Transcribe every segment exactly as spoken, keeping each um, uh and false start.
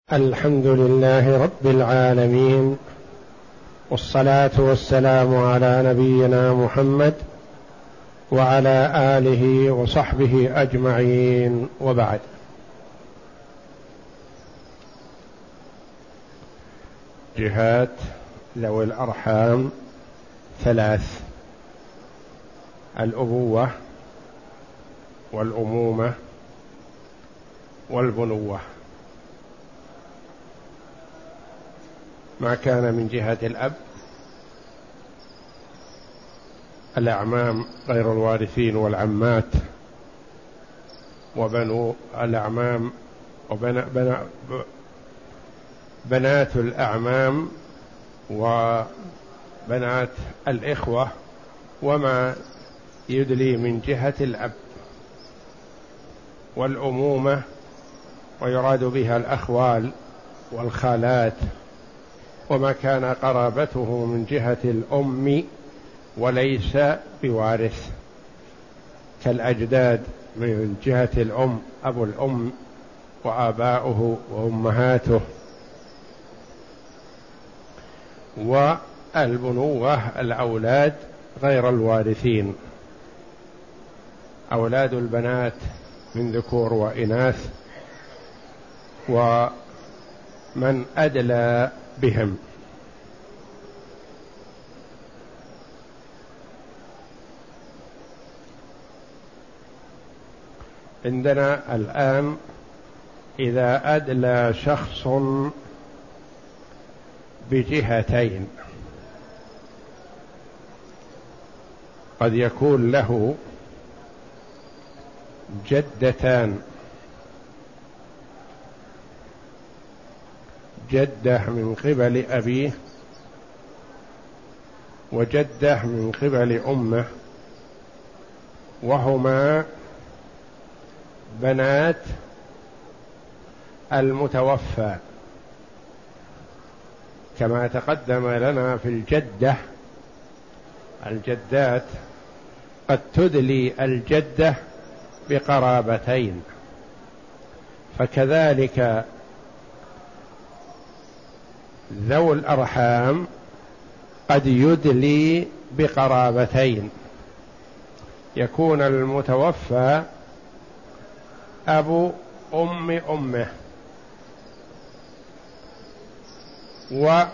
الحمد لله رب العالمين، والصلاة والسلام على نبينا محمد وعلى آله وصحبه أجمعين، وبعد. جهات ذوي الأرحام ثلاث: الأبوة والأمومة والبنوة. ما كان من جهة الأب الأعمام غير الوارثين والعمات وبنو الأعمام وبنات الأعمام وبنات الإخوة وما يدلي من جهة الأب. والأمومة ويراد بها الأخوال والخالات وما كان قرابته من جهة الأم وليس بوارث، كالأجداد من جهة الأم، أبو الأم وآباؤه وأمهاته. والبنوة الأولاد غير الوارثين، أولاد البنات من ذكور وإناث ومن أدلى بهم. عندنا الآن إذا أدلى شخص بجهتين، قد يكون له جدتان، جدة من قبل أبيه وجدة من قبل أمه، وهما بنات المتوفى، كما تقدم لنا في الجدة. الجدات قد تدلي الجدة بقرابتين، فكذلك ذو الأرحام قد يدلي بقرابتين، يكون المتوفى أبو أم أمه وأم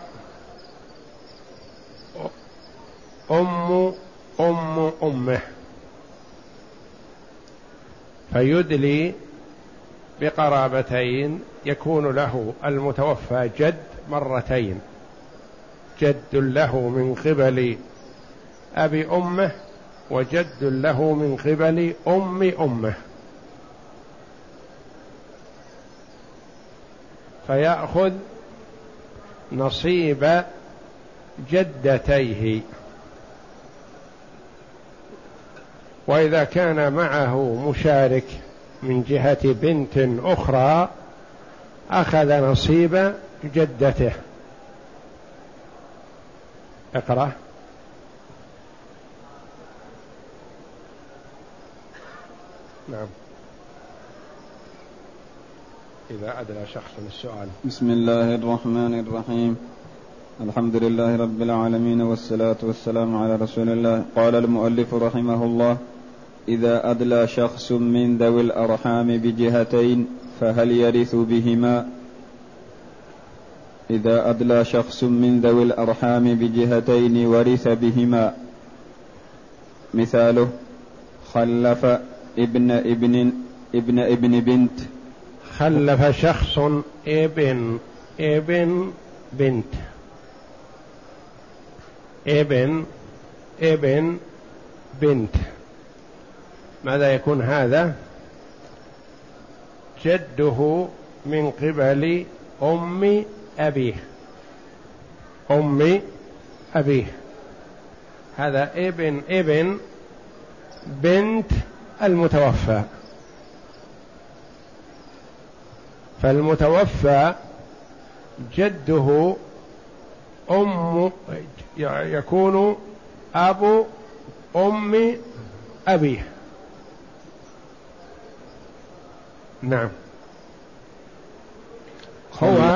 أم أمه، فيدلي بقرابتين، يكون له المتوفى جد مرتين، جد له من قبل أبي أمه وجد له من قبل أم أمه، فيأخذ نصيب جدتيه. وإذا كان معه مشارك من جهة بنت أخرى أخذ نصيب جدته. اقرأ. نعم. إذا أدلى شخص السؤال. بسم الله الرحمن الرحيم، الحمد لله رب العالمين، والصلاة والسلام على رسول الله. قال المؤلف رحمه الله: إذا أدلى شخص من ذوي الأرحام بجهتين فهل يرث بهما؟ إذا أدلى شخص من ذوي الأرحام بجهتين ورث بهما. مثاله: خلف ابن ابن ابن ابن بنت. خلف شخص ابن ابن بنت، ابن ابن بنت، ماذا يكون هذا؟ جده من قبل أم أبيه، أم أبيه، هذا ابن ابن بنت المتوفى. فالمتوفى جده أم يكون أبو أم أبيه. نعم، هو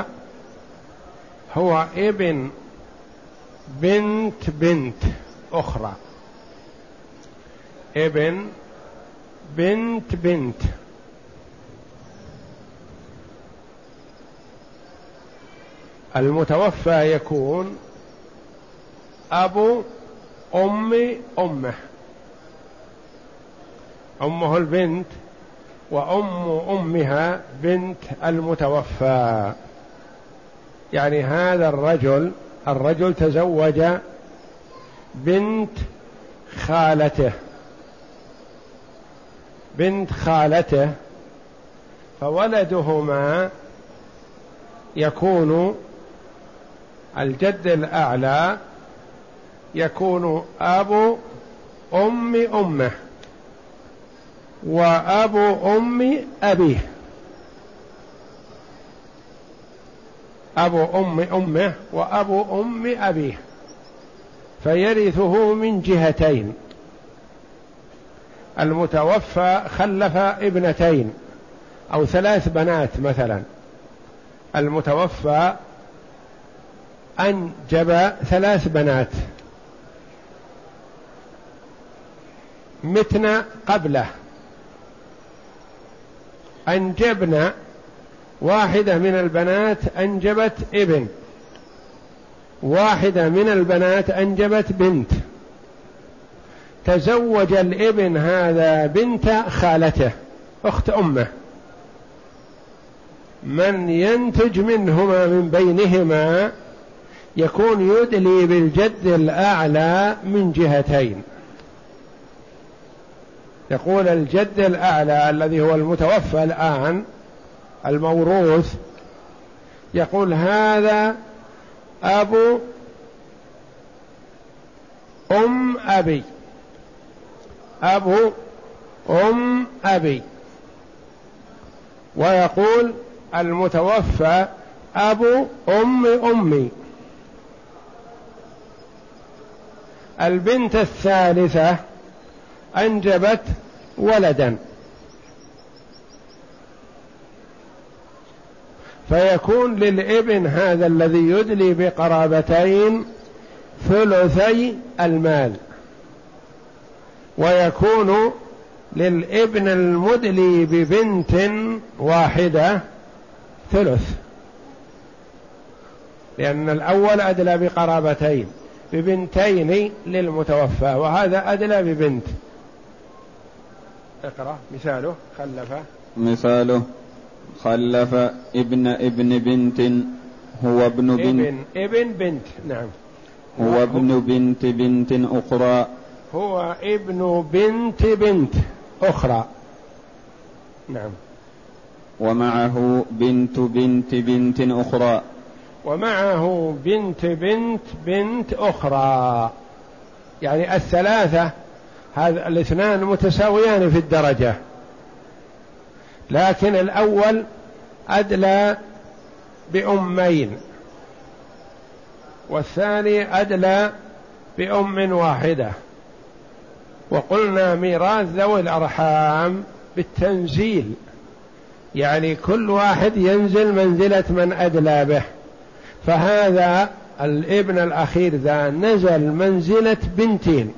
هو ابن بنت بنت أخرى، ابن بنت بنت. المتوفى يكون أبو أم أمه، أمه البنت وأم أمها بنت المتوفى. يعني هذا الرجل الرجل تزوج بنت خالته بنت خالته فولدهما يكون الجد الأعلى يكون أبو أم أمه وأبو أم أبيه، أبو أم أمه وأبو أم أبيه، فيرثه من جهتين. المتوفى خلف ابنتين أو ثلاث بنات مثلا، المتوفى أنجب ثلاث بنات متنا قبله، أنجبنا واحدة من البنات أنجبت ابن، واحدة من البنات أنجبت بنت، تزوج الابن هذا بنت خالته أخت أمه، من ينتج منهما من بينهما يكون يدلي بالجد الأعلى من جهتين. يقول الجد الأعلى الذي هو المتوفى الآن الموروث، يقول هذا أبو أم أبي، أبو أم أبي، ويقول المتوفى أبو أم أمي. البنت الثالثة أنجبت ولدا، فيكون للابن هذا الذي يدلي بقرابتين ثلثي المال، ويكون للابن المدلي ببنت واحدة ثلث، لأن الأول أدلى بقرابتين ببنتين للمتوفى، وهذا أدلى ببنت. اقرأ مثاله. خلف مثاله خلف ابن ابن بنت هو ابن بنت ابن ابن بنت نعم هو ابن بنت بنت أخرى هو ابن بنت بنت أخرى نعم ومعه بنت بنت بنت أخرى ومعه بنت بنت بنت أخرى. يعني الثلاثة هذا الاثنان متساويان في الدرجة، لكن الأول أدلى بأمين والثاني أدلى بأم واحدة. وقلنا ميراث ذوي الأرحام بالتنزيل، يعني كل واحد ينزل منزلة من أدلى به، فهذا الابن الأخير ذا نزل منزلة بنتين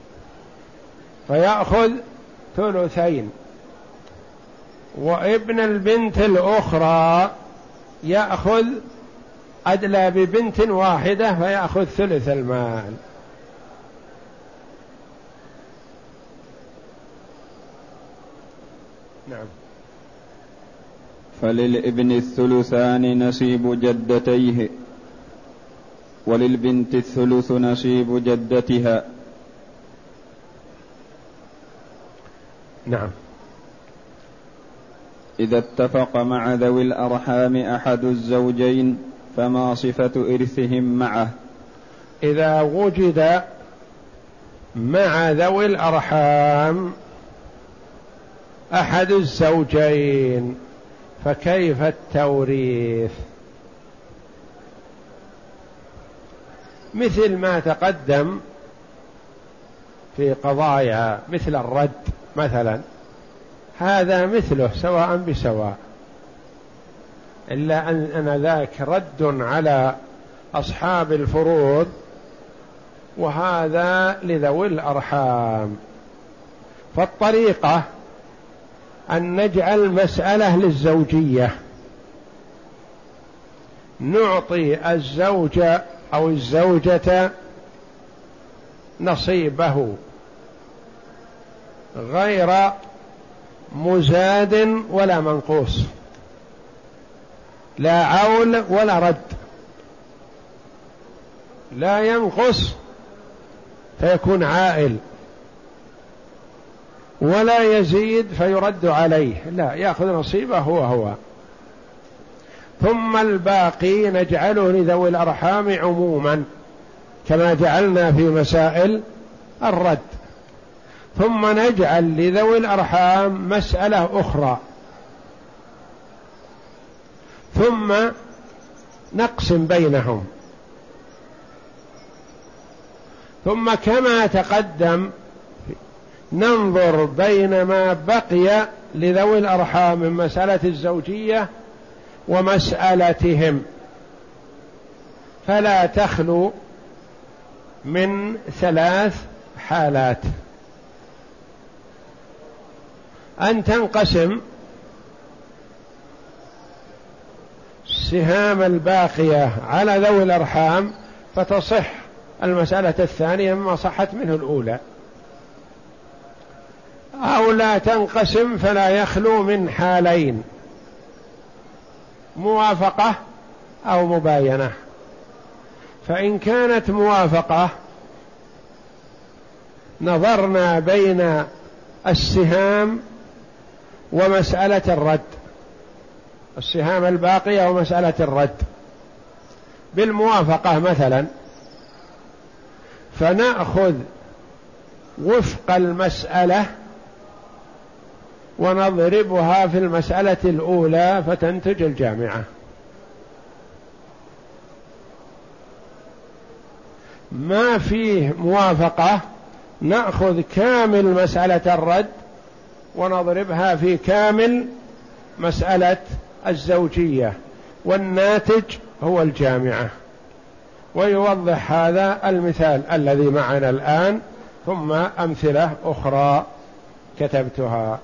فيأخذ ثلثين، وابن البنت الأخرى يأخذ أدلى ببنت واحدة فيأخذ ثلث المال. نعم. فللابن الثلثان نصيب جدتيه، وللبنت الثلث نصيب جدتها. نعم. إذا اتفق مع ذوي الأرحام أحد الزوجين فما صفة إرثهم معه؟ إذا وجد مع ذوي الأرحام أحد الزوجين فكيف التوريث؟ مثل ما تقدم في قضايا مثل الرد مثلا، هذا مثله سواء بسواء، إلا أن ذاك رد على أصحاب الفروض، وهذا لذوي الأرحام. فالطريقة أن نجعل مسألة للزوجية، نعطي الزوج أو الزوجة نصيبه غير مزاد ولا منقوص، لا عول ولا رد، لا ينقص فيكون عائل ولا يزيد فيرد عليه، لا، يأخذ نصيبه هو هو. ثم الباقي نجعله لذوي الأرحام عموما كما جعلنا في مسائل الرد. ثم نجعل لذوي الأرحام مسألة أخرى، ثم نقسم بينهم. ثم كما تقدم ننظر بين ما بقي لذوي الأرحام من مسألة الزوجية ومسألتهم، فلا تخلو من ثلاث حالات: أن تنقسم السهام الباقية على ذوي الأرحام فتصح المسألة الثانية مما صحت منه الأولى، أو لا تنقسم فلا يخلو من حالين: موافقة أو مباينة. فإن كانت موافقة نظرنا بين السهام ومسألة الرد، السهام الباقية ومسألة الرد. بالموافقة مثلا فنأخذ وفق المسألة ونضربها في المسألة الأولى فتنتج الجامعة. ما فيه موافقة نأخذ كامل مسألة الرد ونضربها في كامل مسألة الزوجية، والناتج هو الجامعة. ويوضح هذا المثال الذي معنا الآن، ثم أمثلة أخرى كتبتها.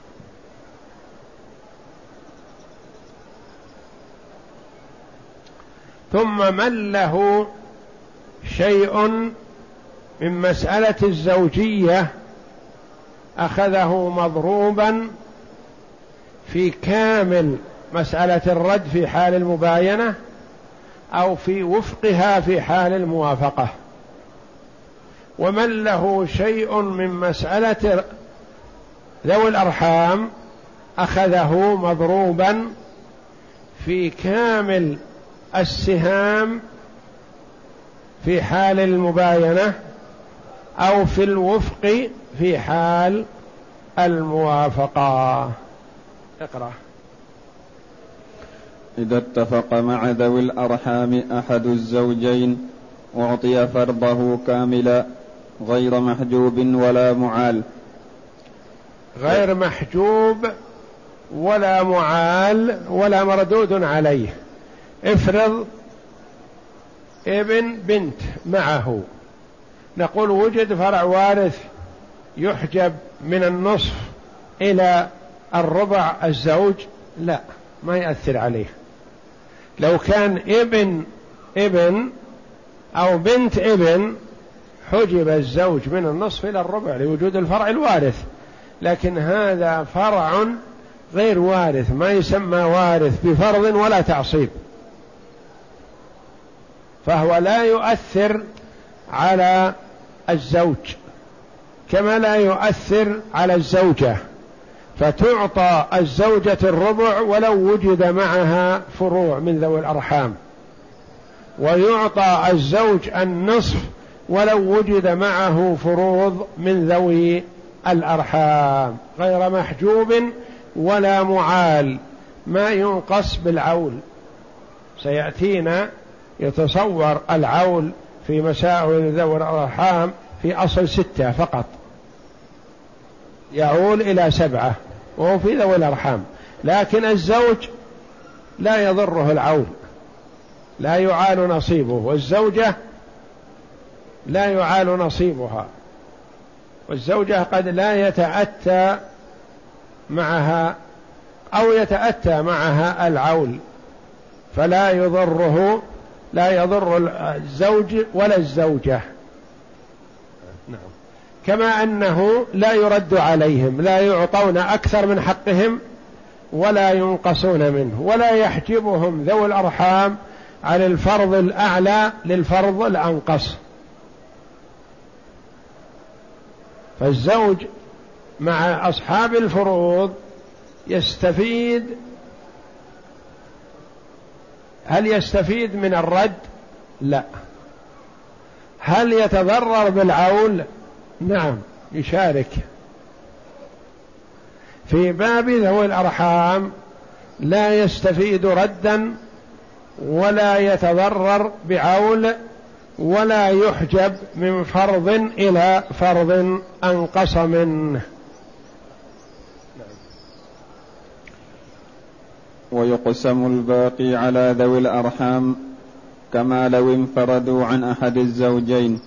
ثم من له شيء من مسألة الزوجية أخذه مضروبا في كامل مسألة الرد في حال المباينة أو في وفقها في حال الموافقة. ومن له شيء من مسألة ذوي الأرحام أخذه مضروبا في كامل السهام في حال المباينة أو في الوفق في حال الموافقة. اقرأ. إذا اتفق مع ذوي الأرحام أحد الزوجين أعطي فرضه كاملا غير محجوب ولا معال. غير محجوب ولا معال ولا مردود عليه. افرض ابن بنت معه، نقول وجد فرع وارث يحجب من النصف إلى الربع الزوج؟ لا، ما يأثر عليه. لو كان ابن ابن أو بنت ابن حجب الزوج من النصف إلى الربع لوجود الفرع الوارث، لكن هذا فرع غير وارث، ما يسمى وارث بفرض ولا تعصيب، فهو لا يؤثر على الزوج كما لا يؤثر على الزوجة، فتعطى الزوجة الربع ولو وجد معها فروع من ذوي الأرحام، ويعطى الزوج النصف ولو وجد معه فروض من ذوي الأرحام، غير محجوب ولا معال، ما ينقص بالعول. سيأتينا يتصور العول في مسائل ذوي الأرحام في أصل ستة فقط، يعول إلى سبعة وهو في ذوي الأرحام، لكن الزوج لا يضره العول لا يعال نصيبه، والزوجة لا يعال نصيبها، والزوجة قد لا يتأتى معها أو يتأتى معها العول، فلا يضره لا يضر الزوج ولا الزوجة. نعم. كما أنه لا يرد عليهم، لا يعطون أكثر من حقهم ولا ينقصون منه، ولا يحجبهم ذوي الأرحام عن الفرض الأعلى للفرض الأنقص. فالزوج مع أصحاب الفروض يستفيد. هل يستفيد من الرد؟ لا. هل يتضرر بالعول؟ نعم، يشارك. في باب ذوي الأرحام لا يستفيد ردا ولا يتضرر بعول ولا يحجب من فرض إلى فرض أنقص منه. ويقسم الباقي على ذوي الأرحام كما لو انفردوا عن أحد الزوجين.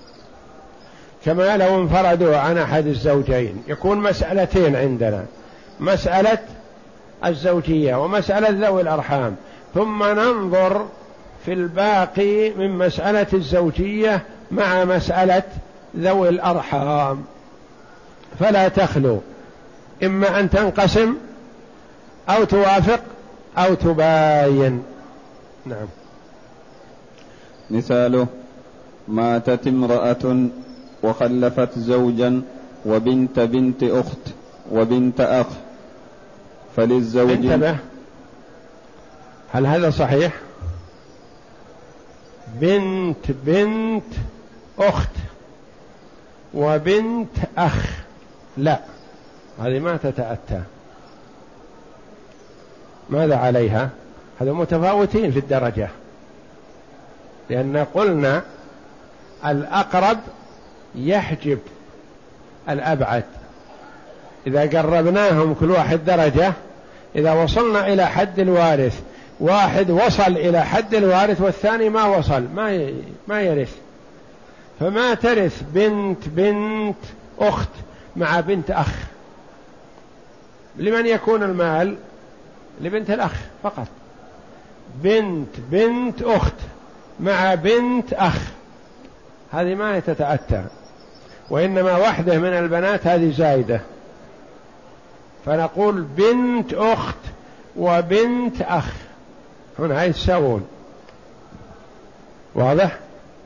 كما لو انفردوا عن أحد الزوجين يكون مسألتين عندنا، مسألة الزوجية ومسألة ذوي الأرحام، ثم ننظر في الباقي من مسألة الزوجية مع مسألة ذوي الأرحام، فلا تخلو، إما أن تنقسم أو توافق أو تباين. نعم. مثاله: ماتت امرأة وخلفت زوجا وبنت بنت أخت وبنت أخ، فللزوج. انتبه، هل هذا صحيح؟ بنت بنت أخت وبنت أخ، لا، هذه ما تتأتى. ماذا عليها؟ هذا متفاوتين في الدرجة، لأن قلنا الأقرب يحجب الأبعد. إذا قربناهم كل واحد درجة، إذا وصلنا إلى حد الوارث، واحد وصل إلى حد الوارث والثاني ما وصل، ما ما يرث، فما ترث بنت بنت أخت مع بنت أخ. لمن يكون المال؟ لبنت الأخ فقط. بنت بنت أخت مع بنت أخ هذه ما تتأتى، وإنما واحدة من البنات هذه زايدة، فنقول بنت أخت وبنت أخ، هنا يتساوون. واضح؟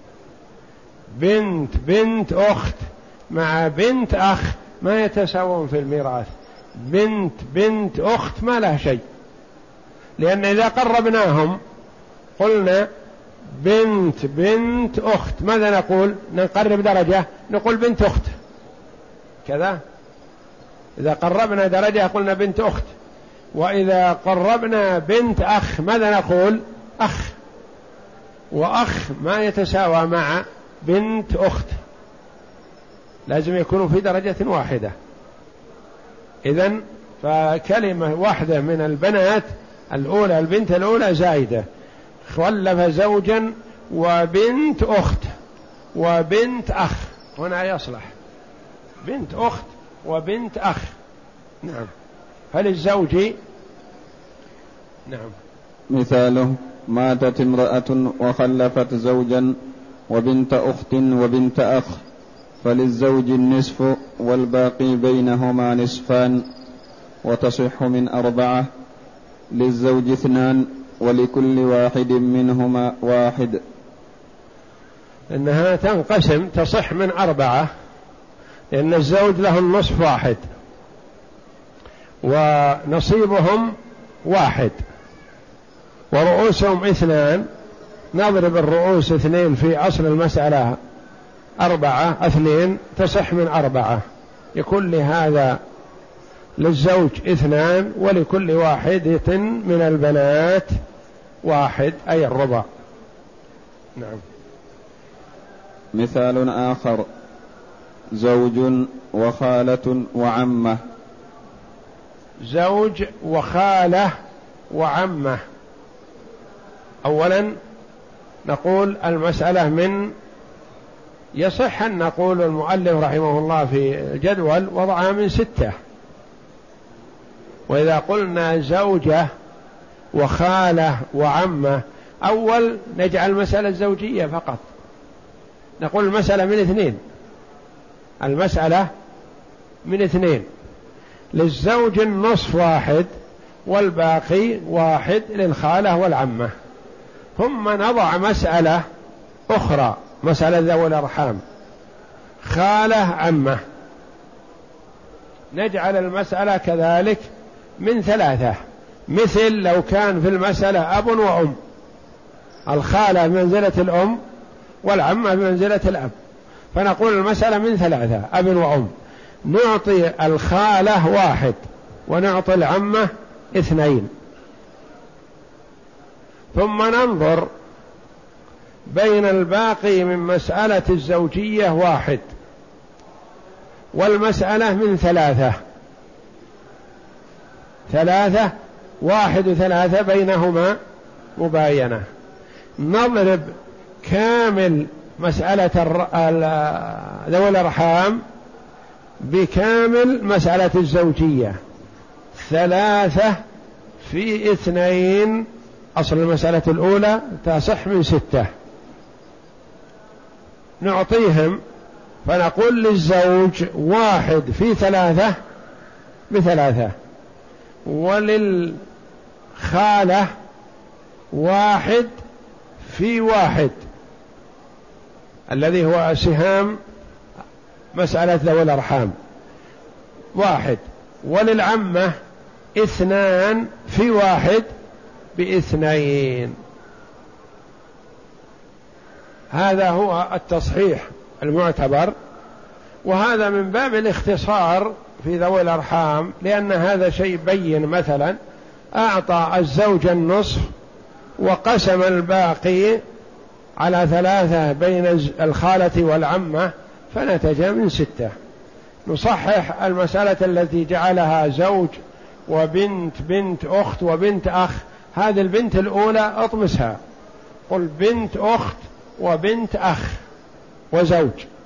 بنت بنت أخت مع بنت أخ ما يتساوون في الميراث. بنت بنت أخت ما لها شيء، لأن إذا قربناهم قلنا بنت بنت أخت، ماذا نقول؟ نقرب درجة، نقول بنت أخت كذا. إذا قربنا درجة قلنا بنت أخت، وإذا قربنا بنت أخ ماذا نقول؟ أخ. وأخ ما يتساوى مع بنت أخت، لازم يكونوا في درجة واحدة. إذن فكلمة واحدة من البنات الأولى، البنت الأولى زايدة، خلف زوجا وبنت أخت وبنت أخ، هنا يصلح بنت أخت وبنت أخ. نعم. فللزوج. نعم. مثاله: ماتت امرأة وخلفت زوجا وبنت أخت وبنت أخ، فللزوج النصف والباقي بينهما نصفان، وتصح من أربعة، للزوج اثنان ولكل واحد منهما واحد. إنها تنقسم، تصح من أربعة، لأن الزوج له النصف واحد ونصيبهم واحد ورؤوسهم اثنان، نضرب الرؤوس اثنين في أصل المسألة أربعة، اثنين تصح من أربعة، يكون لهذا للزوج اثنان ولكل واحدة من البنات واحد، أي الربع. نعم. مثال آخر: زوج وخالة وعمة. زوج وخالة وعمة، أولا نقول المسألة من يصح أن نقول المؤلف رحمه الله في الجدول وضعها من ستة، وإذا قلنا زوجة وخالة وعمة أول نجعل المسألة الزوجية فقط، نقول المسألة من اثنين، المسألة من اثنين، للزوج النصف واحد والباقي واحد للخالة والعمة. ثم نضع مسألة أخرى، مسألة ذوي الأرحام، خالة عمة، نجعل المسألة كذلك من ثلاثة، مثل لو كان في المسألة أب وأم، الخالة بمنزلة الأم والعمة بمنزلة الأب، فنقول المسألة من ثلاثة أب وأم، نعطي الخالة واحد ونعطي العمة اثنين، ثم ننظر بين الباقي من مسألة الزوجية واحد والمسألة من ثلاثة، ذ واحد وثلاثة بينهما مباينة، نضرب كامل مسألة ذوي الأرحام بكامل مسألة الزوجية، ثلاثة في اثنين، أصل المسألة الأولى تصح من ستة، نعطيهم فنقول للزوج واحد في ثلاثة بثلاثة، وللخالة واحد في واحد الذي هو سهام مسألة ذوي الأرحام واحد، وللعمة اثنان في واحد باثنين. هذا هو التصحيح المعتبر، وهذا من باب الاختصار في ذوي الأرحام، لأن هذا شيء بين. مثلا أعطى الزوج النصف وقسم الباقي على ثلاثة بين الخالة والعمة فنتج من ستة، نصحح المسألة التي جعلها زوج وبنت بنت أخت وبنت أخ، هذه البنت الأولى اطمسها، قل بنت أخت وبنت أخ وزوج،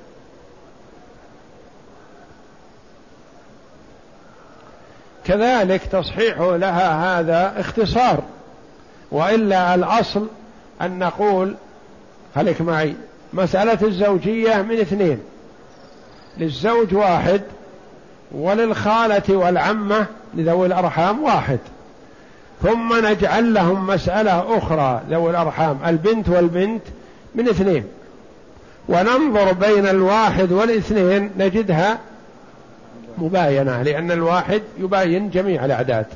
كذلك تصحيح لها هذا اختصار، وإلا الأصل أن نقول خليك معي مسألة الزوجية من اثنين، للزوج واحد وللخالة والعمة لذوي الأرحام واحد، ثم نجعل لهم مسألة أخرى ذوي الأرحام البنت والبنت من اثنين، وننظر بين الواحد والاثنين نجدها مباينة، لأن الواحد يباين جميع الأعداد،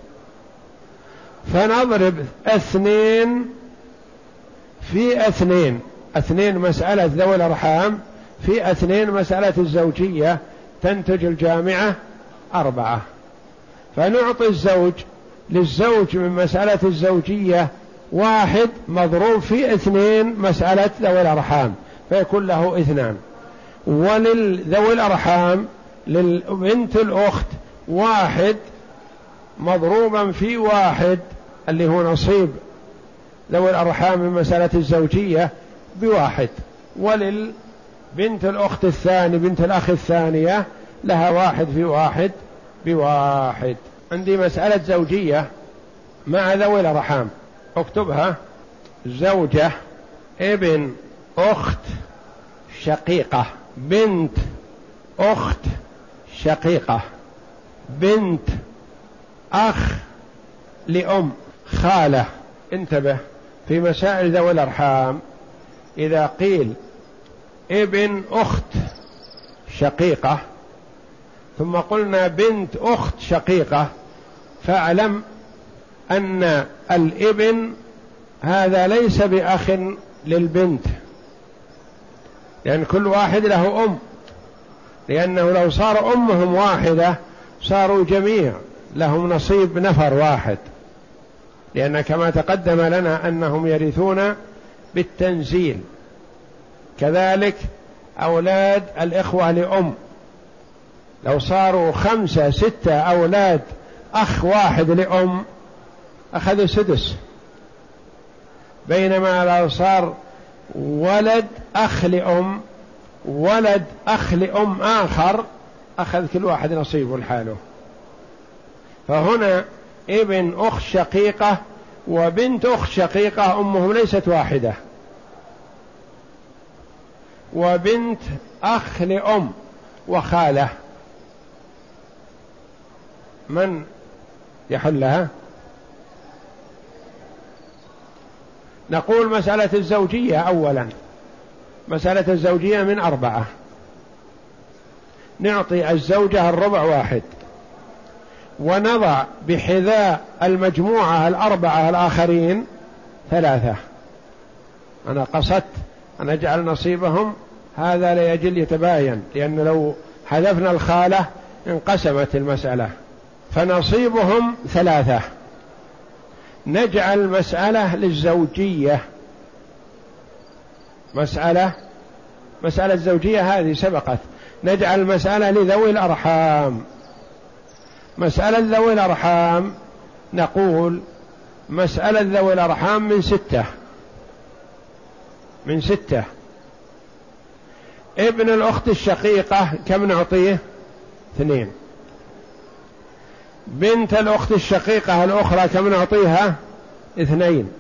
فنضرب اثنين في اثنين، اثنين مسألة ذوي الأرحام في اثنين مسألة الزوجية، تنتج الجامعة أربعة، فنعطي الزوج للزوج من مسألة الزوجية واحد مضروب في اثنين مسألة ذوي الأرحام فيكون له اثنان، وللذوي الأرحام للبنت الأخت واحد مضروبا في واحد اللي هو نصيب ذوي الأرحام من مسألة الزوجية بواحد، وللبنت الأخت الثاني بنت الأخ الثانية لها واحد في واحد بواحد. عندي مسألة زوجية مع ذوي الأرحام، اكتبها: زوجة ابن أخت شقيقة، بنت أخت شقيقة، بنت أخ لأم، خالة. انتبه في مسائل ذوي الأرحام، إذا قيل ابن أخت شقيقة ثم قلنا بنت أخت شقيقة، فاعلم أن الابن هذا ليس بأخ للبنت، لأن كل واحد له أم، لأنه لو صار أمهم واحدة صاروا جميع لهم نصيب نفر واحد، لأن كما تقدم لنا أنهم يرثون بالتنزيل. كذلك أولاد الإخوة لأم لو صاروا خمسة ستة أولاد أخ واحد لأم أخذوا سدس، بينما لو صار ولد أخ لأم ولد أخ لأم آخر، أخذ كل واحد نصيبه لحاله. فهنا ابن أخت شقيقة وبنت أخت شقيقة أمهم ليست واحدة، وبنت أخ لأم وخالة، من يحلها؟ نقول مسألة الزوجية أولا. مسألة الزوجية من أربعة، نعطي الزوجة الربع واحد، ونضع بحذاء المجموعة الأربعة الآخرين ثلاثة. أنا قصدت أن أجعل نصيبهم هذا ليجل يتباين، لأن لو حذفنا الخالة انقسمت المسألة، فنصيبهم ثلاثة. نجعل مسألة للزوجية، مسألة مسألة الزوجية هذه سبقت، نجعل مسألة لذوي الأرحام. مسألة ذوي الأرحام نقول مسألة ذوي الأرحام من ستة من ستة ابن الأخت الشقيقة كم نعطيه؟ اثنين. بنت الأخت الشقيقة الأخرى كم نعطيها؟ اثنين.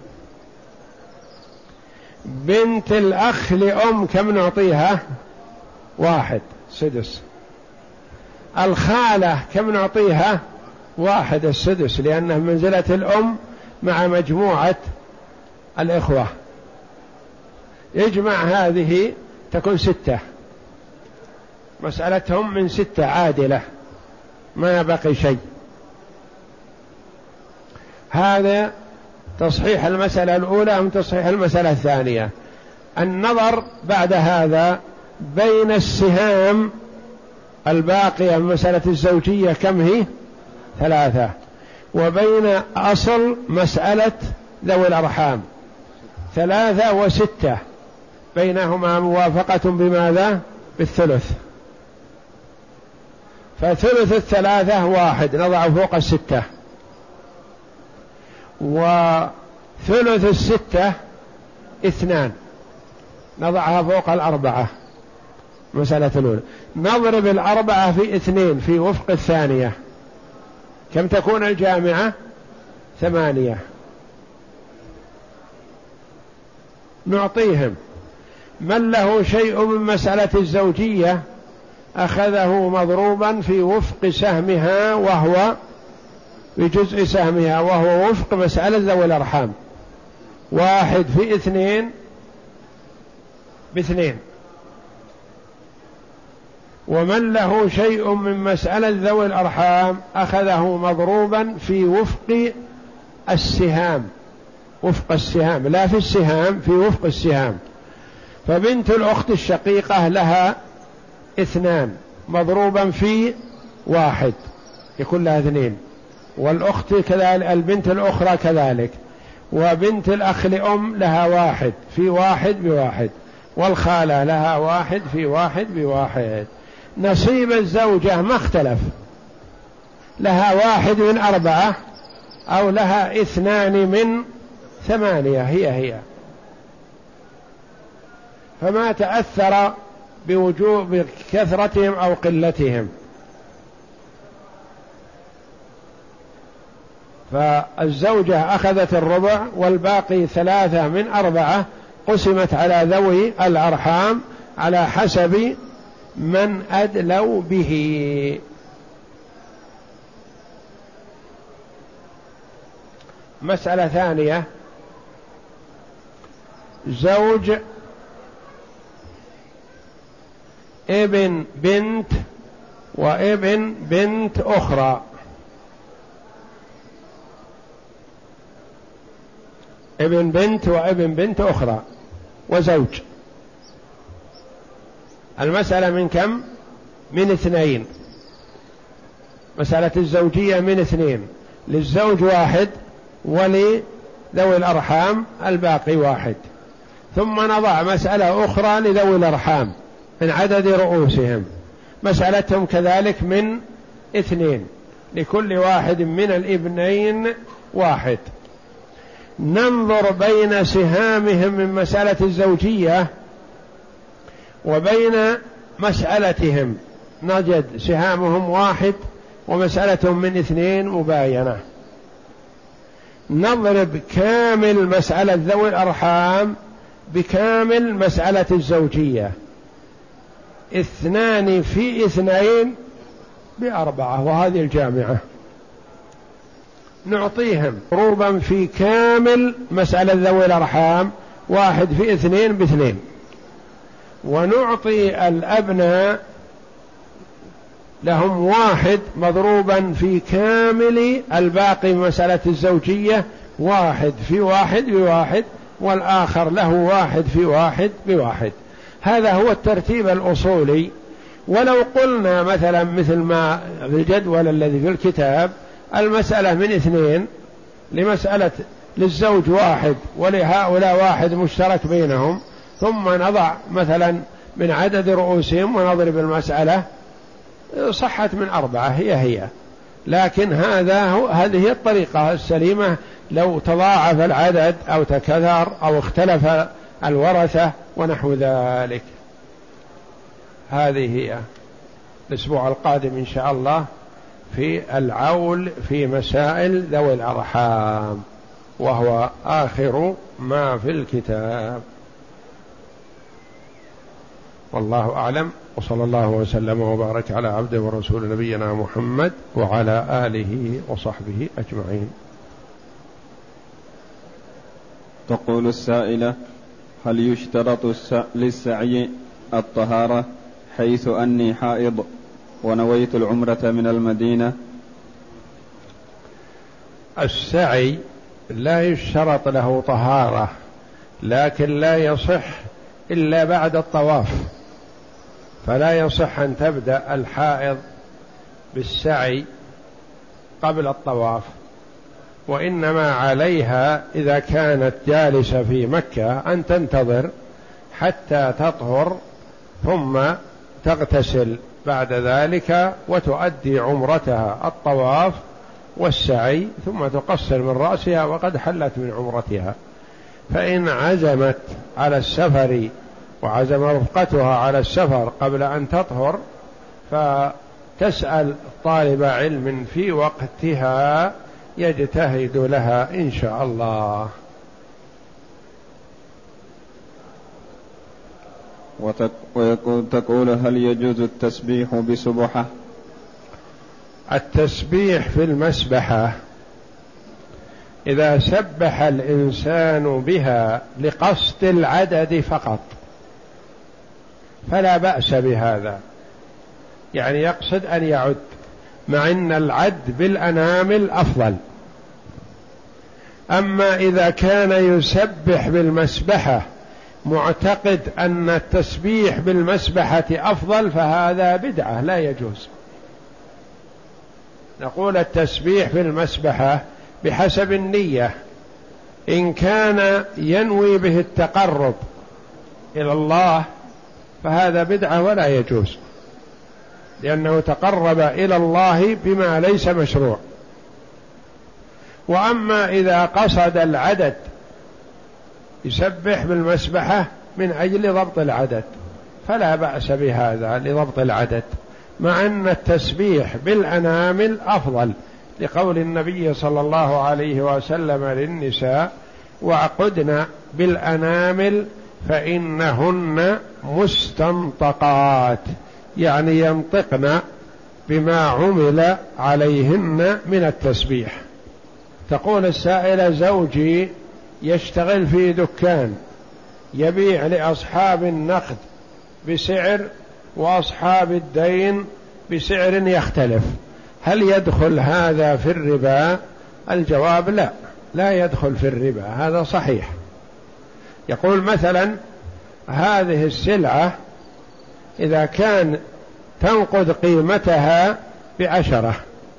بنت الأخ لأم كم نعطيها؟ واحد، سدس. الخالة كم نعطيها؟ واحد، السدس، لأنه منزلة الأم مع مجموعة الإخوة. يجمع هذه تكون ستة، مسألتهم من ستة عادلة، ما بقي شيء. هذا تصحيح المسألة الأولى من تصحيح المسألة الثانية. النظر بعد هذا بين السهام الباقية من مسألة الزوجية كم هي؟ ثلاثة، وبين أصل مسألة ذوي الأرحام ثلاثة وستة، بينهما موافقة بماذا؟ بالثلث. فثلث الثلاثة واحد نضع فوق الستة، وثلث الستة اثنان نضعها فوق الأربعة. مسألة الأولى نضرب الأربعة في اثنين في وفق الثانية، كم تكون الجامعة؟ ثمانية. نعطيهم من له شيء من مسألة الزوجية أخذه مضروبا في وفق سهمها، وهو بجزء سهمها، وهو وفق مسألة ذوي الأرحام، واحد في اثنين باثنين. ومن له شيء من مسألة ذوي الأرحام أخذه مضروبا في وفق السهام، وفق السهام لا في السهام، في وفق السهام. فبنت الأخت الشقيقة لها اثنان مضروبا في واحد يكون لها اثنين، والأخت كذلك، البنت الأخرى كذلك، وبنت الأخ لأم لها واحد في واحد بواحد، والخالة لها واحد في واحد بواحد. نصيب الزوجة ما اختلف، لها واحد من أربعة أو لها اثنان من ثمانية، هي هي، فما تأثر بوجوب بكثرتهم أو قلتهم. فالزوجة أخذت الربع، والباقي ثلاثة من أربعة قسمت على ذوي الأرحام على حسب من أدلوا به. مسألة ثانية، زوج ابن بنت وابن بنت أخرى، ابن بنت وابن بنت أخرى وزوج. المسألة من كم؟ من اثنين. مسألة الزوجية من اثنين، للزوج واحد ولذوي الأرحام الباقي واحد. ثم نضع مسألة أخرى لذوي الأرحام من عدد رؤوسهم، مسألتهم كذلك من اثنين، لكل واحد من الابنين واحد. ننظر بين سهامهم من مسألة الزوجية وبين مسألتهم، نجد سهامهم واحد ومسألتهم من اثنين مباينة. نضرب كامل مسألة ذوي الأرحام بكامل مسألة الزوجية، اثنان في اثنين بأربعة، وهذه الجامعة نعطيهم ضروبا في كامل مسألة ذوي الأرحام واحد في اثنين باثنين، ونعطي الأبناء لهم واحد مضروبا في كامل الباقي مسألة الزوجية واحد في واحد بواحد، والآخر له واحد في واحد بواحد. هذا هو الترتيب الأصولي. ولو قلنا مثلا مثل ما في الجدول الذي في الكتاب المسألة من اثنين لمسألة للزوج واحد ولهؤلاء واحد مشترك بينهم، ثم نضع مثلا من عدد رؤوسهم ونضرب المسألة، صحت من أربعة هي هي. لكن هذا هو هذه هي الطريقة السليمة. لو تضاعف العدد أو تكثر أو اختلف الورثة ونحو ذلك. هذه هي. الأسبوع القادم إن شاء الله في العول في مسائل ذوي الأرحام، وهو آخر ما في الكتاب. والله أعلم، وصلى الله وسلم وبارك على عبده ورسول نبينا محمد وعلى آله وصحبه أجمعين. تقول السائلة: هل يشترط للسعي الطهارة حيث أني حائض ونويت العمرة من المدينة؟ السعي لا يشترط له طهارة، لكن لا يصح إلا بعد الطواف، فلا يصح أن تبدأ الحائض بالسعي قبل الطواف، وإنما عليها إذا كانت جالسة في مكة أن تنتظر حتى تطهر ثم تغتسل بعد ذلك وتؤدي عمرتها الطواف والسعي، ثم تقصر من رأسها وقد حلت من عمرتها. فإن عزمت على السفر وعزم رفقتها على السفر قبل أن تطهر فتسأل طالب علم في وقتها يجتهد لها إن شاء الله. وتقول: هل يجوز التسبيح بسبحة؟ التسبيح في المسبحة إذا سبح الإنسان بها لقصد العدد فقط فلا بأس بهذا، يعني يقصد أن يعد، مع أن العد بالأنامل أفضل. أما إذا كان يسبح بالمسبحة معتقد أن التسبيح بالمسبحة أفضل فهذا بدعة لا يجوز. نقول التسبيح في المسبحة بحسب النية، إن كان ينوي به التقرب إلى الله فهذا بدعة ولا يجوز، لأنه تقرب إلى الله بما ليس مشروع. وأما إذا قصد العدد يسبح بالمسبحة من أجل ضبط العدد فلا بأس بهذا لضبط العدد، مع أن التسبيح بالأنامل أفضل، لقول النبي صلى الله عليه وسلم للنساء: وعقدن بالأنامل فإنهن مستنطقات، يعني ينطقن بما عمل عليهن من التسبيح. تقول السائلة: زوجي يشتغل في دكان يبيع لأصحاب النقد بسعر وأصحاب الدين بسعر يختلف، هل يدخل هذا في الربا؟ الجواب: لا، لا يدخل في الربا، هذا صحيح. يقول مثلا: هذه السلعة إذا كان تنقد قيمتها بعشرة،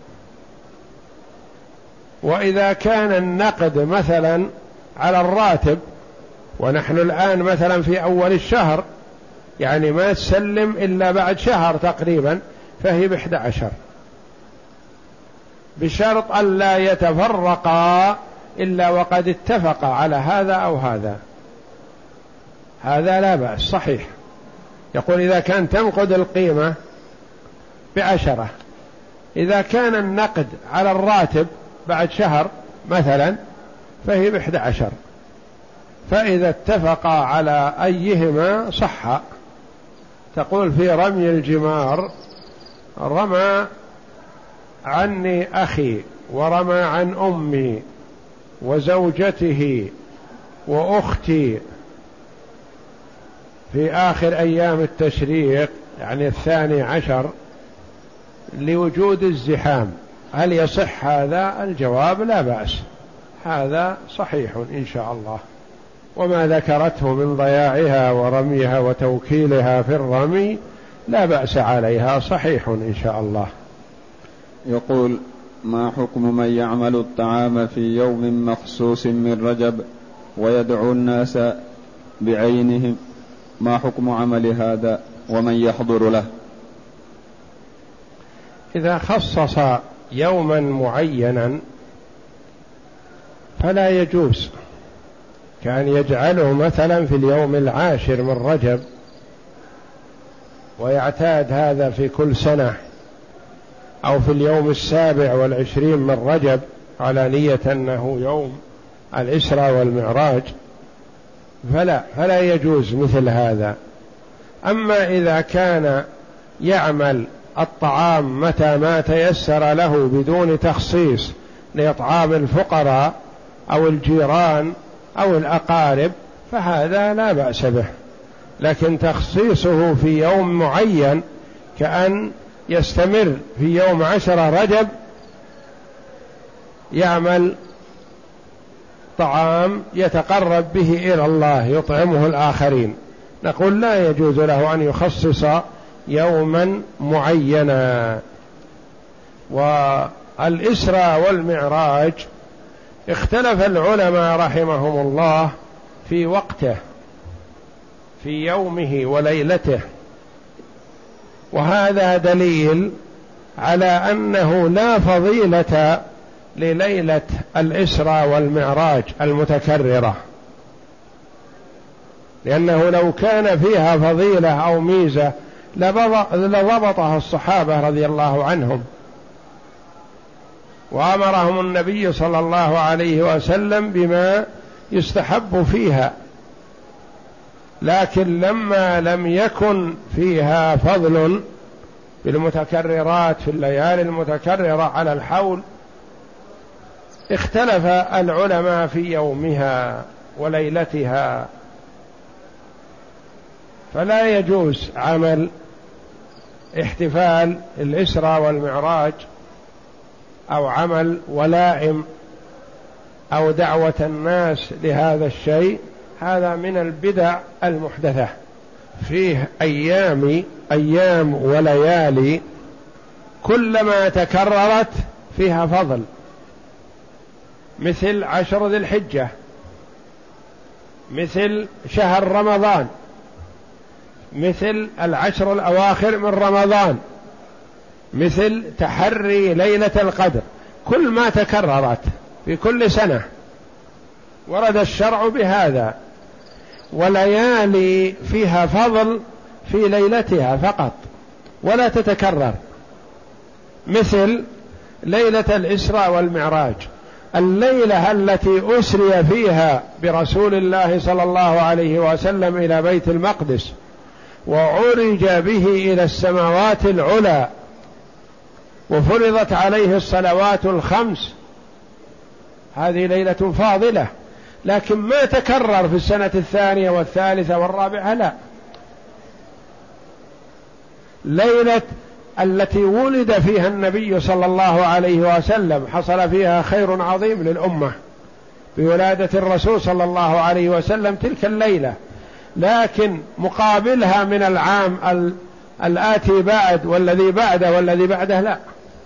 وإذا كان النقد مثلا على الراتب، ونحن الآن مثلا في أول الشهر، يعني ما تسلم إلا بعد شهر تقريبا، فهي بإحدى عشر، بشرط أن لا يتفرقا إلا وقد اتفق على هذا أو هذا، هذا لا بأس صحيح. يقول إذا كان تنقد القيمة بعشرة، إذا كان النقد على الراتب بعد شهر مثلا فهي بإحدى عشر، فإذا اتفقا على أيهما صح. تقول في رمي الجمار رمى عني أخي ورمى عن أمي وزوجته وأختي في آخر أيام التشريق يعني الثاني عشر لوجود الزحام، هل يصح هذا؟ الجواب لا بأس، هذا صحيح إن شاء الله. وما ذكرته من ضياعها ورميها وتوكيلها في الرمي لا بأس عليها، صحيح إن شاء الله. يقول: ما حكم من يعمل الطعام في يوم مخصوص من رجب ويدعو الناس بعينهم؟ ما حكم عمل هذا ومن يحضر له؟ إذا خصص يوما معينا فلا يجوز، كان يجعله مثلا في اليوم العاشر من رجب ويعتاد هذا في كل سنة، أو في اليوم السابع والعشرين من رجب على نية أنه يوم الإسراء والمعراج، فلا فلا يجوز مثل هذا. أما إذا كان يعمل الطعام متى ما تيسر له بدون تخصيص لإطعام الفقراء أو الجيران أو الأقارب فهذا لا بأس به، لكن تخصيصه في يوم معين كأن يستمر في يوم عشر رجب يعمل طعام يتقرب به إلى الله يطعمه الآخرين، نقول لا يجوز له أن يخصص يوما معينا. والإسراء والمعراج اختلف العلماء رحمهم الله في وقته، في يومه وليلته، وهذا دليل على أنه لا فضيلة لليلة الإسراء والمعراج المتكررة، لأنه لو كان فيها فضيلة أو ميزة لضبطها الصحابة رضي الله عنهم، وأمرهم النبي صلى الله عليه وسلم بما يستحب فيها، لكن لما لم يكن فيها فضل بالمتكررات في الليالي المتكررة على الحول اختلف العلماء في يومها وليلتها، فلا يجوز عمل احتفال الإسراء والمعراج أو عمل ولائم أو دعوة الناس لهذا الشيء، هذا من البدع المحدثة. فيه أيام أيام وليالي كلما تكررت فيها فضل، مثل عشر ذي الحجة، مثل شهر رمضان، مثل العشر الأواخر من رمضان، مثل تحري ليلة القدر، كل ما تكررت في كل سنة ورد الشرع بهذا. وليالي فيها فضل في ليلتها فقط ولا تتكرر، مثل ليلة الإسراء والمعراج، الليلة التي أسري فيها برسول الله صلى الله عليه وسلم إلى بيت المقدس وعرج به إلى السماوات العلى وفرضت عليه الصلوات الخمس، هذه ليلة فاضلة، لكن ما تكرر في السنة الثانية والثالثة والرابعة، لا. ليلة التي ولد فيها النبي صلى الله عليه وسلم حصل فيها خير عظيم للأمة بولادة الرسول صلى الله عليه وسلم تلك الليلة، لكن مقابلها من العام الآتي بعد والذي بعده والذي بعده لا،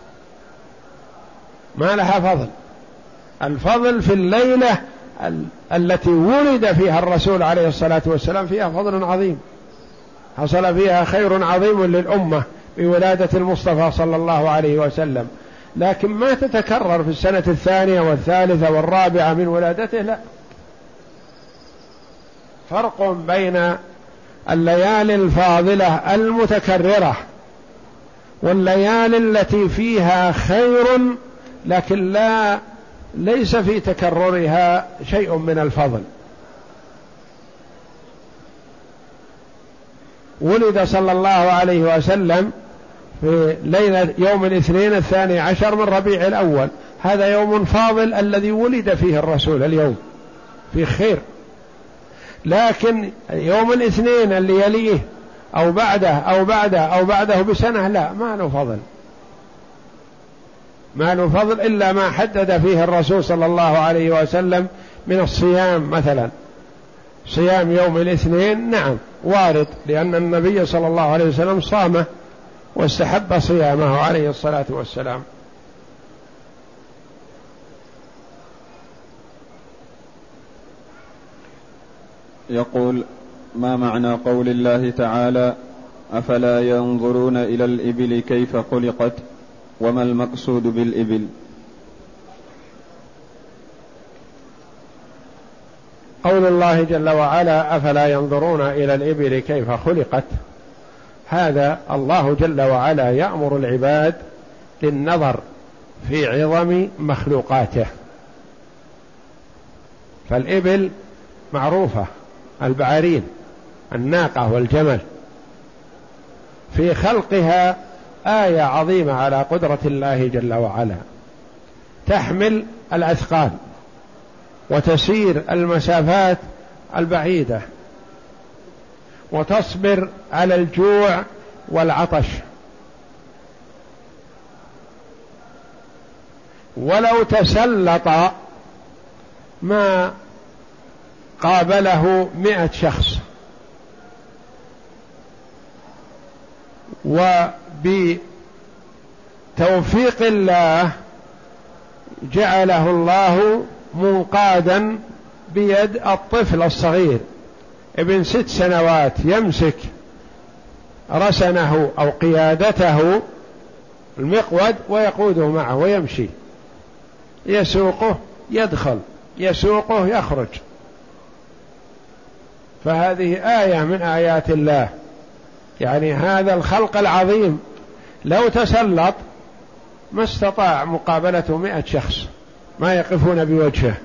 ما لها فضل. الفضل في الليلة التي ولد فيها الرسول عليه الصلاة والسلام فيها فضل عظيم، حصل فيها خير عظيم للأمة بولادة المصطفى صلى الله عليه وسلم، لكن ما تتكرر في السنة الثانية والثالثة والرابعة من ولادته، لا. فرق بين الليالي الفاضلة المتكررة والليالي التي فيها خير لكن لا ليس في تكررها شيء من الفضل. ولد صلى الله عليه وسلم في ليلة يوم الاثنين الثاني عشر من ربيع الأول، هذا يوم فاضل الذي ولد فيه الرسول اليوم في خير. لكن يوم الاثنين اللي يليه أو بعده أو بعده أو بعده بسنة لا، ما له فضل، ما له فضل إلا ما حدد فيه الرسول صلى الله عليه وسلم من الصيام. مثلا صيام يوم الاثنين نعم وارد، لأن النبي صلى الله عليه وسلم صامه واستحب صيامه عليه الصلاة والسلام. يقول: ما معنى قول الله تعالى: أفلا ينظرون إلى الإبل كيف خلقت، وما المقصود بالإبل؟ قول الله جل وعلا: أفلا ينظرون إلى الإبل كيف خلقت، هذا الله جل وعلا يأمر العباد للنظر في عظم مخلوقاته. فالإبل معروفة، البعارين، الناقة والجمل، في خلقها آية عظيمة على قدرة الله جل وعلا، تحمل الأثقال وتسير المسافات البعيدة وتصبر على الجوع والعطش، ولو تسلط ما قابله مئة شخص، وبتوفيق الله جعله الله منقادا بيد الطفل الصغير ابن ست سنوات، يمسك رسنه أو قيادته المقود ويقوده معه ويمشي، يسوقه يدخل، يسوقه يخرج. فهذه آية من آيات الله، يعني هذا الخلق العظيم لو تسلط ما استطاع مقابلة مئة شخص، ما يقفون بوجهه.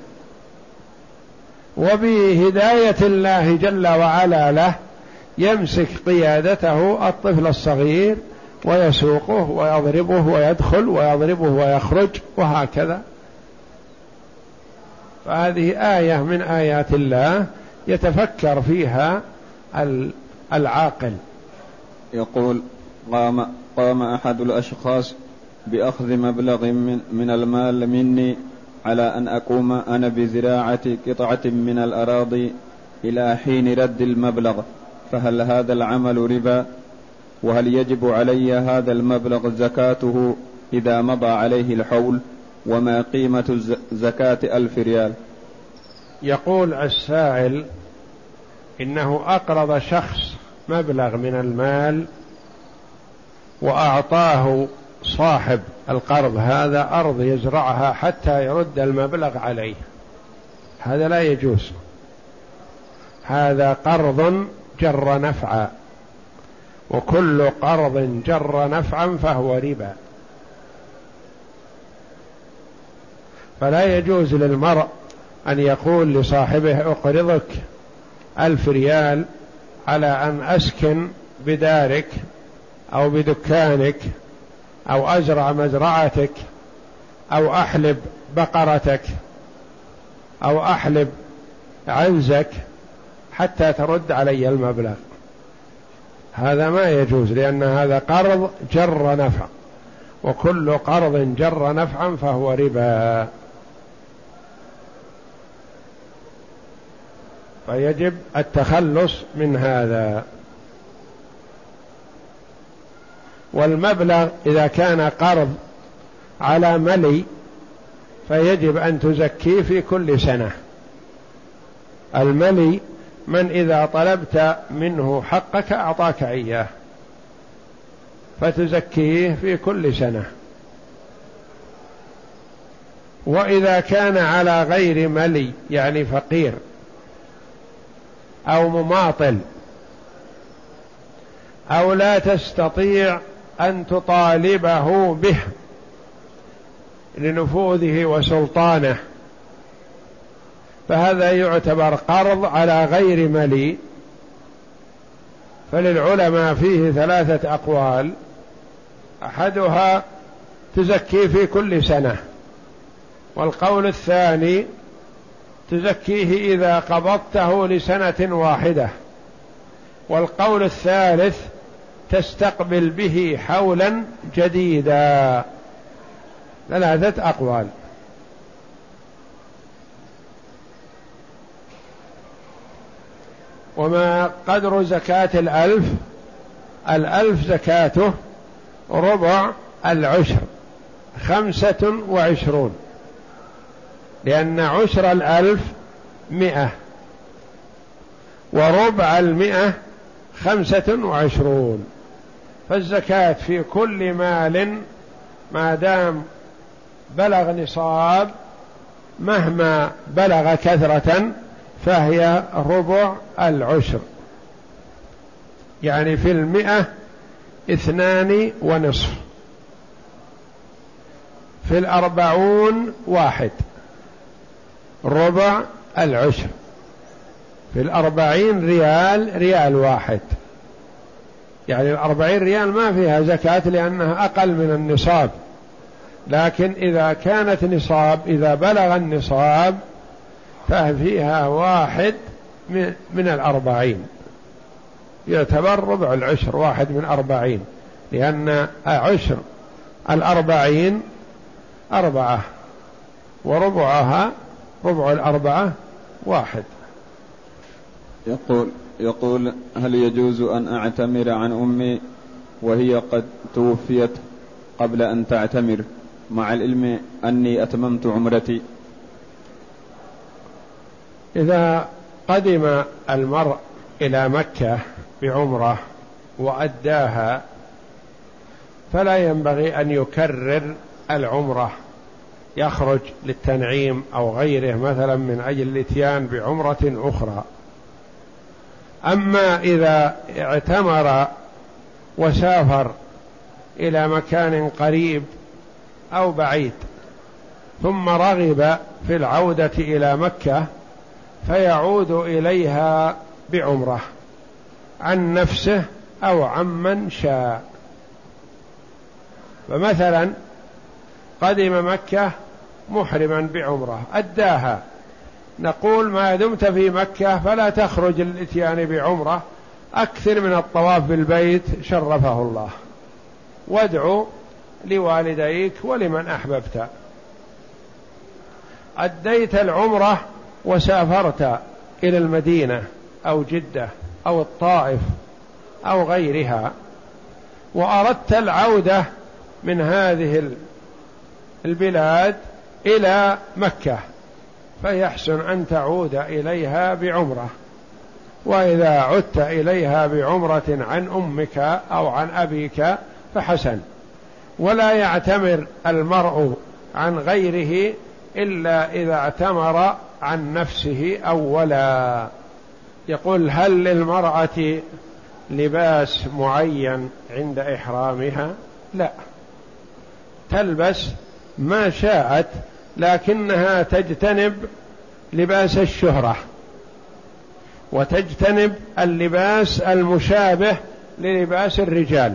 وبهداية الله جل وعلا له يمسك قيادته الطفل الصغير ويسوقه ويضربه ويدخل ويضربه ويخرج وهكذا. فهذه آية من آيات الله يتفكر فيها العاقل. يقول: قام, قام أحد الأشخاص بأخذ مبلغ من, من المال مني على أن أقوم أنا بزراعة قطعة من الأراضي إلى حين رد المبلغ، فهل هذا العمل ربا؟ وهل يجب علي هذا المبلغ زكاته إذا مضى عليه الحول؟ وما قيمة زكاة ألف ريال؟ يقول السائل إنه أقرض شخص مبلغ من المال وأعطاه صاحب القرض هذا أرض يزرعها حتى يرد المبلغ عليه، هذا لا يجوز، هذا قرض جر نفعا، وكل قرض جر نفعا فهو ربا. فلا يجوز للمرء أن يقول لصاحبه: أقرضك ألف ريال على أن أسكن بدارك أو بدكانك أو أزرع مزرعتك أو أحلب بقرتك أو أحلب عنزك حتى ترد علي المبلغ. هذا ما يجوز، لأن هذا قرض جر نفع، وكل قرض جر نفعا فهو ربا. فيجب التخلص من هذا. والمبلغ إذا كان قرض على ملي فيجب أن تزكيه في كل سنة. الملي من إذا طلبت منه حقك أعطاك إياه، فتزكيه في كل سنة. وإذا كان على غير ملي يعني فقير أو مماطل أو لا تستطيع أن تطالبه به لنفوذه وسلطانه، فهذا يعتبر قرض على غير ملي. فللعلماء فيه ثلاثة أقوال، أحدها تزكي في كل سنة، والقول الثاني تزكيه إذا قبضته لسنة واحدة، والقول الثالث تستقبل به حولا جديدا. ثلاثة أقوال. وما قدر زكاة الألف؟ الألف زكاته ربع العشر، خمسة وعشرون، لأن عشر الألف مئة، وربع المئة خمسة وعشرون. فالزكاة في كل مال ما دام بلغ نصاب مهما بلغ كثرة فهي ربع العشر، يعني في المئة اثنان ونصف، في الأربعون واحد، ربع العشر، في الأربعين ريال ريال واحد، يعني الأربعين ريال ما فيها زكاة لأنها أقل من النصاب، لكن إذا كانت نصاب، إذا بلغ النصاب ففيها واحد من الأربعين، يعتبر ربع العشر واحد من أربعين، لأن عشر الأربعين أربعة، وربعها ربع الأربعة واحد. يقول يقول هل يجوز أن أعتمر عن أمي وهي قد توفيت قبل أن تعتمر مع العلم أني أتممت عمرتي؟ إذا قدم المرء إلى مكة بعمرة وأداها فلا ينبغي أن يكرر العمرة، يخرج للتنعيم أو غيره مثلا من أجل الاتيان بعمرة أخرى. أما إذا اعتمر وسافر إلى مكان قريب أو بعيد ثم رغب في العودة إلى مكة فيعود إليها بعمرة عن نفسه أو عمن شاء. فمثلا قدم مكة محرما بعمرة أداها، نقول ما دمت في مكة فلا تخرج للإتيان بعمرة، أكثر من الطواف بالبيت شرفه الله، وادعو لوالديك ولمن أحببت. أديت العمرة وسافرت إلى المدينة أو جدة أو الطائف أو غيرها، وأردت العودة من هذه البلاد إلى مكة، فيحسن أن تعود إليها بعمرة. وإذا عدت إليها بعمرة عن أمك أو عن أبيك فحسن. ولا يعتمر المرء عن غيره إلا إذا اعتمر عن نفسه أولا. يقول هل للمرأة لباس معين عند إحرامها؟ لا، تلبس ما شاءت، لكنها تجتنب لباس الشهرة، وتجتنب اللباس المشابه للباس الرجال،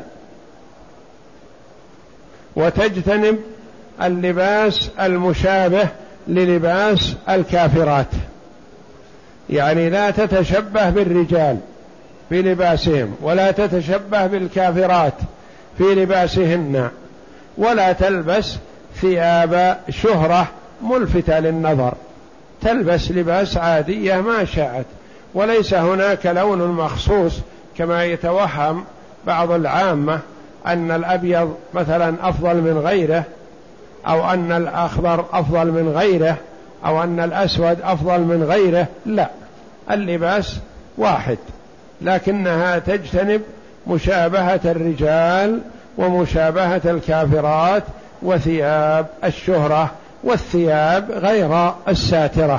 وتجتنب اللباس المشابه للباس الكافرات، يعني لا تتشبه بالرجال في لباسهم، ولا تتشبه بالكافرات في لباسهن، ولا تلبس ثياب شهرة ملفتة للنظر، تلبس لباس عادية ما شاءت، وليس هناك لون مخصوص كما يتوهم بعض العامة أن الأبيض مثلا أفضل من غيره، أو أن الأخضر أفضل من غيره، أو أن الأسود أفضل من غيره. لا، اللباس واحد، لكنها تجتنب مشابهة الرجال ومشابهة الكافرات وثياب الشهرة والثياب غير الساترة.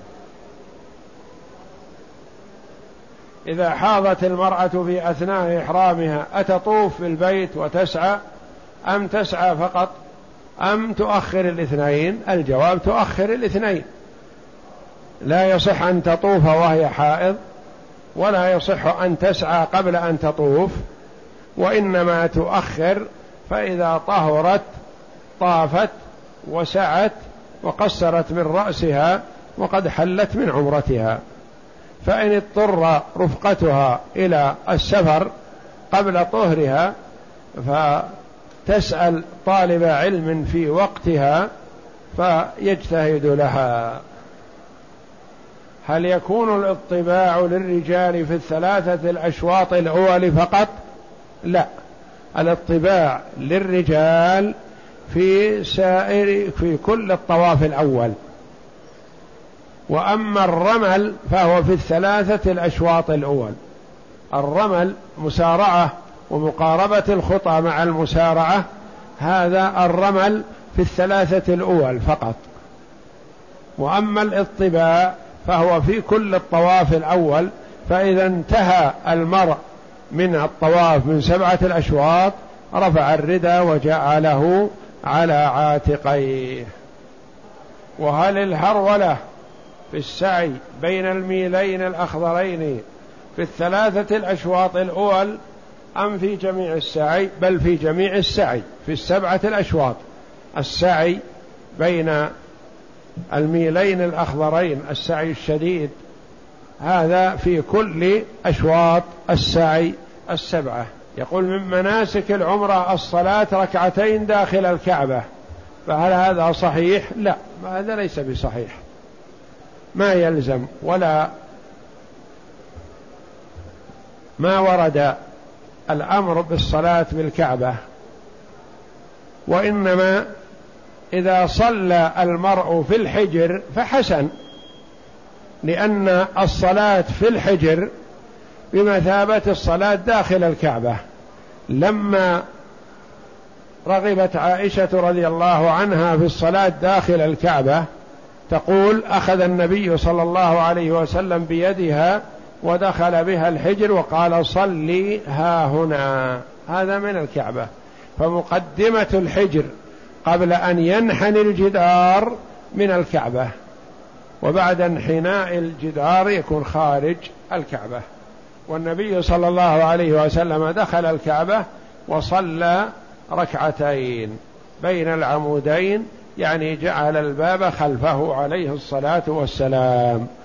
إذا حاضت المرأة في أثناء إحرامها أتطوف في البيت وتسعى أم تسعى فقط أم تؤخر الاثنين؟ الجواب تؤخر الاثنين. لا يصح أن تطوف وهي حائض، ولا يصح أن تسعى قبل أن تطوف، وإنما تؤخر، فإذا طهرت طافت وسعت وقصرت من رأسها وقد حلت من عمرتها. فإن اضطر رفقتها إلى السفر قبل طهرها فتسأل طالب علم في وقتها فيجتهد لها. هل يكون الاطباع للرجال في الثلاثة الأشواط الأول فقط؟ لا، الاطباع للرجال في سائر في كل الطواف الأول، وأما الرمل فهو في الثلاثة الأشواط الأول. الرمل مسارعة ومقاربة الخطى مع المسارعة، هذا الرمل في الثلاثة الأول فقط. وأما الاطباع فهو في كل الطواف الأول، فإذا انتهى المرء من الطواف من سبعة الأشواط رفع الردى وجعله على عاتقيه. وهل الهرولة في السعي بين الميلين الأخضرين في الثلاثة الأشواط الأول أم في جميع السعي؟ بل في جميع السعي في السبعة الأشواط. السعي بين الميلين الأخضرين السعي الشديد هذا في كل أشواط السعي السبعة. يقول من مناسك العمرة الصلاة ركعتين داخل الكعبة، فهل هذا صحيح؟ لا، هذا ليس بصحيح، ما يلزم ولا ما ورد الأمر بالصلاة بالكعبة، وإنما إذا صلى المرء في الحجر فحسن، لأن الصلاة في الحجر بمثابة الصلاة داخل الكعبة. لما رغبت عائشة رضي الله عنها في الصلاة داخل الكعبة تقول أخذ النبي صلى الله عليه وسلم بيدها ودخل بها الحجر وقال صلي ها هنا، هذا من الكعبة. فمقدمة الحجر قبل أن ينحني الجدار من الكعبة، وبعد انحناء الجدار يكون خارج الكعبة. والنبي صلى الله عليه وسلم دخل الكعبة وصلى ركعتين بين العمودين، يعني جعل الباب خلفه عليه الصلاة والسلام.